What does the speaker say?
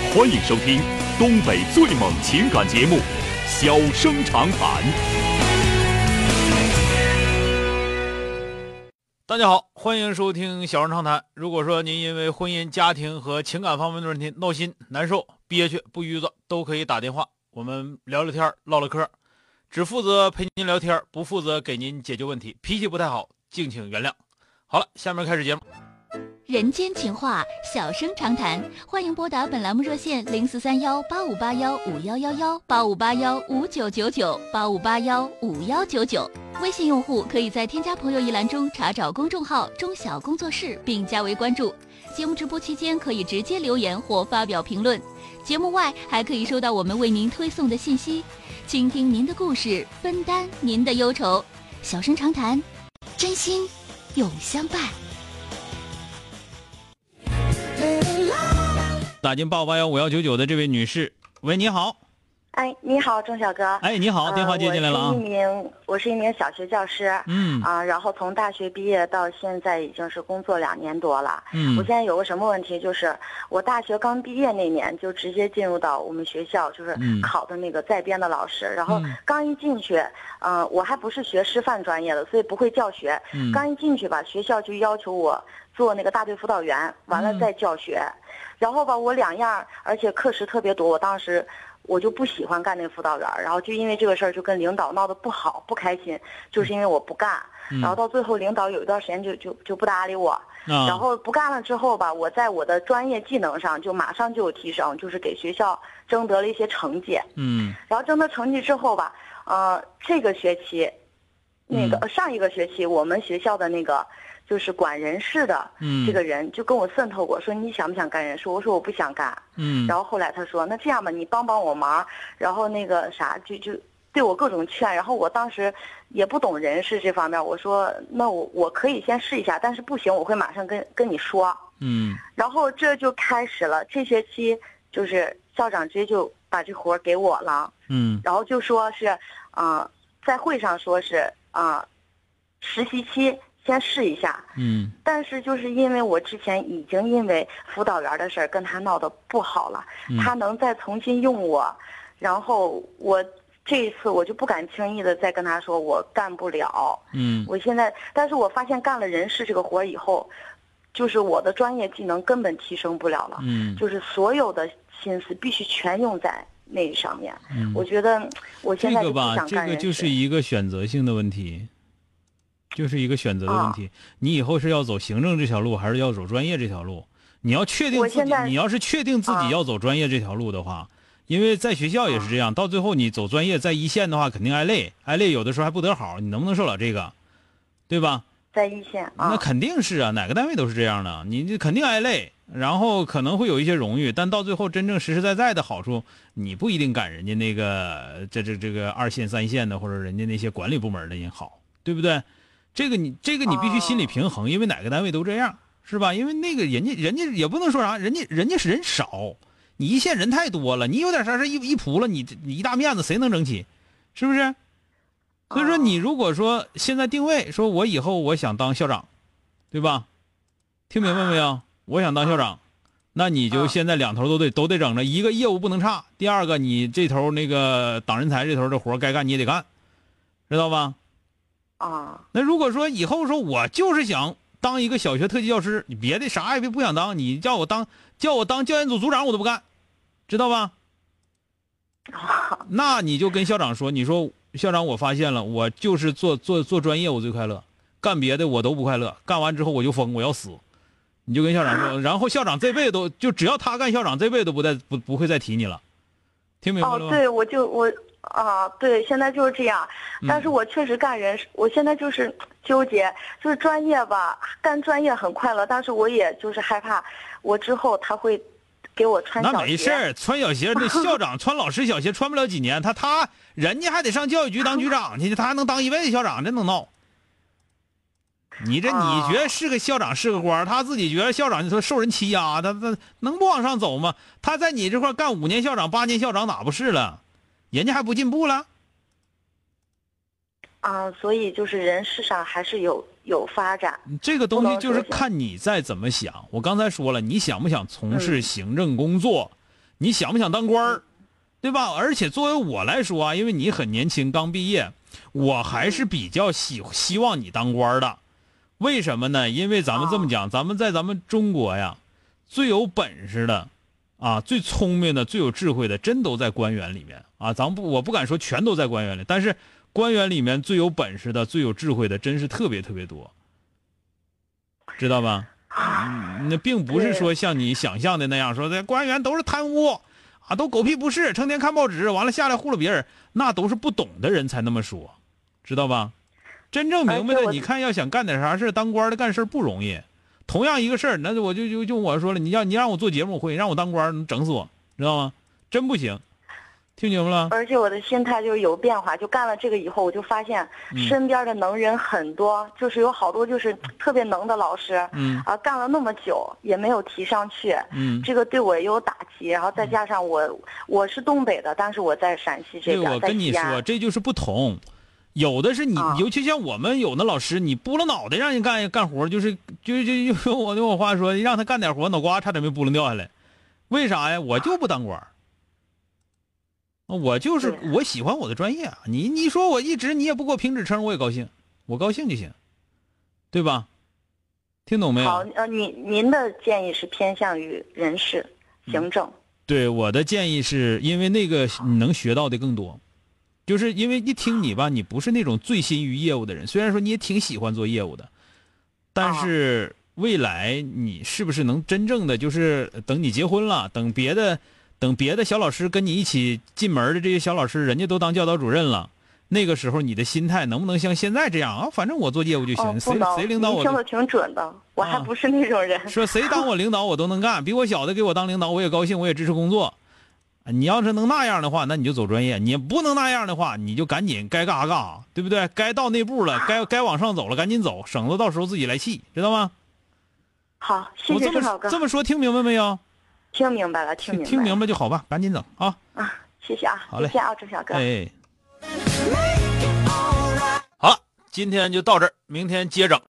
欢迎收听东北最猛情感节目《小生长谈》。 大家好，欢迎收听《小生长谈》。如果说您因为婚姻、家庭和情感方面的问题闹心、难受、憋屈、不愉快，都可以打电话，我们聊聊天、唠唠嗑，只负责陪您聊天，不负责给您解决问题。脾气不太好，敬请原谅。好了，下面开始节目。 人间情话，小生长谈，欢迎拨打本栏目热线0431-8581-5111、8581-5999、8581-5199。微信用户可以在添加朋友一栏中查找公众号中小工作室并加为关注。节目直播期间可以直接留言或发表评论，节目外还可以收到我们为您推送的信息，倾听您的故事，分担您的忧愁。小生长谈，真心永相伴。 打进8581-5199的这位女士，喂，你好。 哎，你好，钟小哥。 哎，你好，电话接进来了啊。 我是一名小学教师。然后从大学毕业到现在已经是工作2年多了。我现在有个什么问题，就是我大学刚毕业那年就直接进入到我们学校，就是考的那个在编的老师。然后刚一进去，我还不是学师范专业的，所以不会教学。刚一进去吧，学校就要求我做那个大队辅导员，完了再教学。然后吧，我2样，而且课时特别多，我当时我就不喜欢干那个辅导员，然后就因为这个事儿就跟领导闹得不好，不开心，就是因为我不干。然后到最后领导有一段时间就不搭理我。然后不干了之后吧，我在我的专业技能上就马上就有提升，就是给学校争得了一些成绩。然后争得成绩之后吧，这个学期上一个学期我们学校的那个就是管人事的这个人就跟我渗透过，说你想不想干人事？我说我不想干。然后后来他说那这样吧，你帮我忙，然后那个啥就对我各种劝。然后我当时也不懂人事这方面，我说那我可以先试一下，但是不行我会马上跟你说。然后这就开始了，这学期就是校长直接就把这活给我了。然后就说是在会上说是实习期先试一下。但是就是因为我之前已经因为辅导员的事儿跟他闹得不好了，他能再重新用我，然后我这一次我就不敢轻易的再跟他说我干不了。我现在，但是我发现干了人事这个活以后，就是我的专业技能根本提升不了了。就是所有的心思必须全用在那上面。我觉得我现在就不想干人事。 这个就是一个选择性的问题。就是一个选择的问题，你以后是要走行政这条路，还是要走专业这条路？你要确定自己，你要是确定自己要走专业这条路的话，因为在学校也是这样，到最后你走专业，在一线的话肯定挨累，有的时候还不得好，你能不能受了这个，对吧？ 在一线那肯定是啊，哪个单位都是这样的，你肯定挨累，然后可能会有一些荣誉，但到最后真正实实在在的好处，你不一定赶人家那个这个2线3线的，或者人家那些管理部门的人好，对不对？这个你必须心理平衡，因为哪个单位都这样，是吧？因为那个人家也不能说啥，人家是人少，你一线人太多了，你有点啥事一扑了，你一大面子谁能争起，是不是？所以说你如果说现在定位说我以后我想当校长，对吧？听明白没有？我想当校长，那你就现在2头都得整着，一个业务不能差，第二个你这头那个党人才这头的活该干你也得干，知道吧？那如果说以后说我就是想当一个小学特级教师，你别的啥也不想当，你叫我当教研组组长我都不干，知道吧？那你就跟校长说，你说校长我发现了，我就是做专业我最快乐，干别的我都不快乐，干完之后我就疯，我要死。你就跟校长说，然后校长这辈子就只要他干校长，这辈子不会再提你了，听明白了吗？ 对，对，现在就是这样。但是我确实干人，我现在就是纠结，就是专业吧，干专业很快乐，但是我也就是害怕，我之后他会给我穿小鞋。 那没事儿，穿小鞋，那校长穿老师小鞋穿不了几年，人家还得上教育局当局长去，他还能当一辈子校长，真能闹。你觉得是个校长是个官，他自己觉得校长就受人欺压，他能不往上走吗？他在你这块干5年校长8年校长哪不是了？人家还不进步了？ 所以就是人事上还是有发展。 这个东西就是看你再怎么想。我刚才说了，你想不想从事行政工作？ 你想不想当官儿，对吧？而且作为我来说啊，因为你很年轻，刚毕业，我还是比较希望你当官的。为什么呢？因为咱们这么讲，咱们在咱们中国呀，最有本事的啊，最聪明的，最有智慧的，真都在官员里面啊。我不敢说全都在官员里，但是官员里面最有本事的、最有智慧的，真是特别特别多，知道吧？那并不是说像你想象的那样，说这官员都是贪污啊，都狗屁不是，成天看报纸，完了下来糊弄别人，那都是不懂的人才那么说，知道吧？真正明白的，你看要想干点啥事，当官的干事不容易。同样一个事儿，那我就我说了，你让我做节目我会，让我当官能整死我，知道吗？真不行。听明白了？ 而且我的心态就有变化，就干了这个以后，我就发现身边的能人很多，就是有好多就是特别能的老师，干了那么久也没有提上去，这个对我也有打击。然后再加上我是东北的，但是我在陕西这边， 我跟你说，这就是不同。有的是你，尤其像我们有的老师，你拨了脑袋让人干活，就用我话说，让他干点活，脑瓜差点没拨楞掉下来。为啥呀？我就不当官。我喜欢我的专业啊！你说我一直你也不给我评职称，我也高兴，我高兴就行，对吧？听懂没有？ 好，您的建议是偏向于人事行政。 对，我的建议是因为那个你能学到的更多，就是因为一听你吧，你不是那种醉心于业务的人，虽然说你也挺喜欢做业务的，但是未来你是不是能真正的就是等你结婚了，等别的小老师跟你一起进门的这些小老师，人家都当教导主任了，那个时候你的心态能不能像现在这样啊？反正我做业务就行，谁领导我？ 听得挺准的，我还不是那种人。 说谁当我领导我都能干，比我小的给我当领导我也高兴，我也支持工作。你要是能那样的话，那你就走专业；你不能那样的话，你就赶紧该干啥干啥，对不对？该到内部了，该往上走了，赶紧走，省得到时候自己来气，知道吗？ 好，谢谢郑老哥。 这么说听明白没有？ 听明白了， 听明白就好吧，赶紧整啊！ 谢谢啊， 好嘞， 再见啊，郑小哥。 好了，今天就到这儿，明天接整。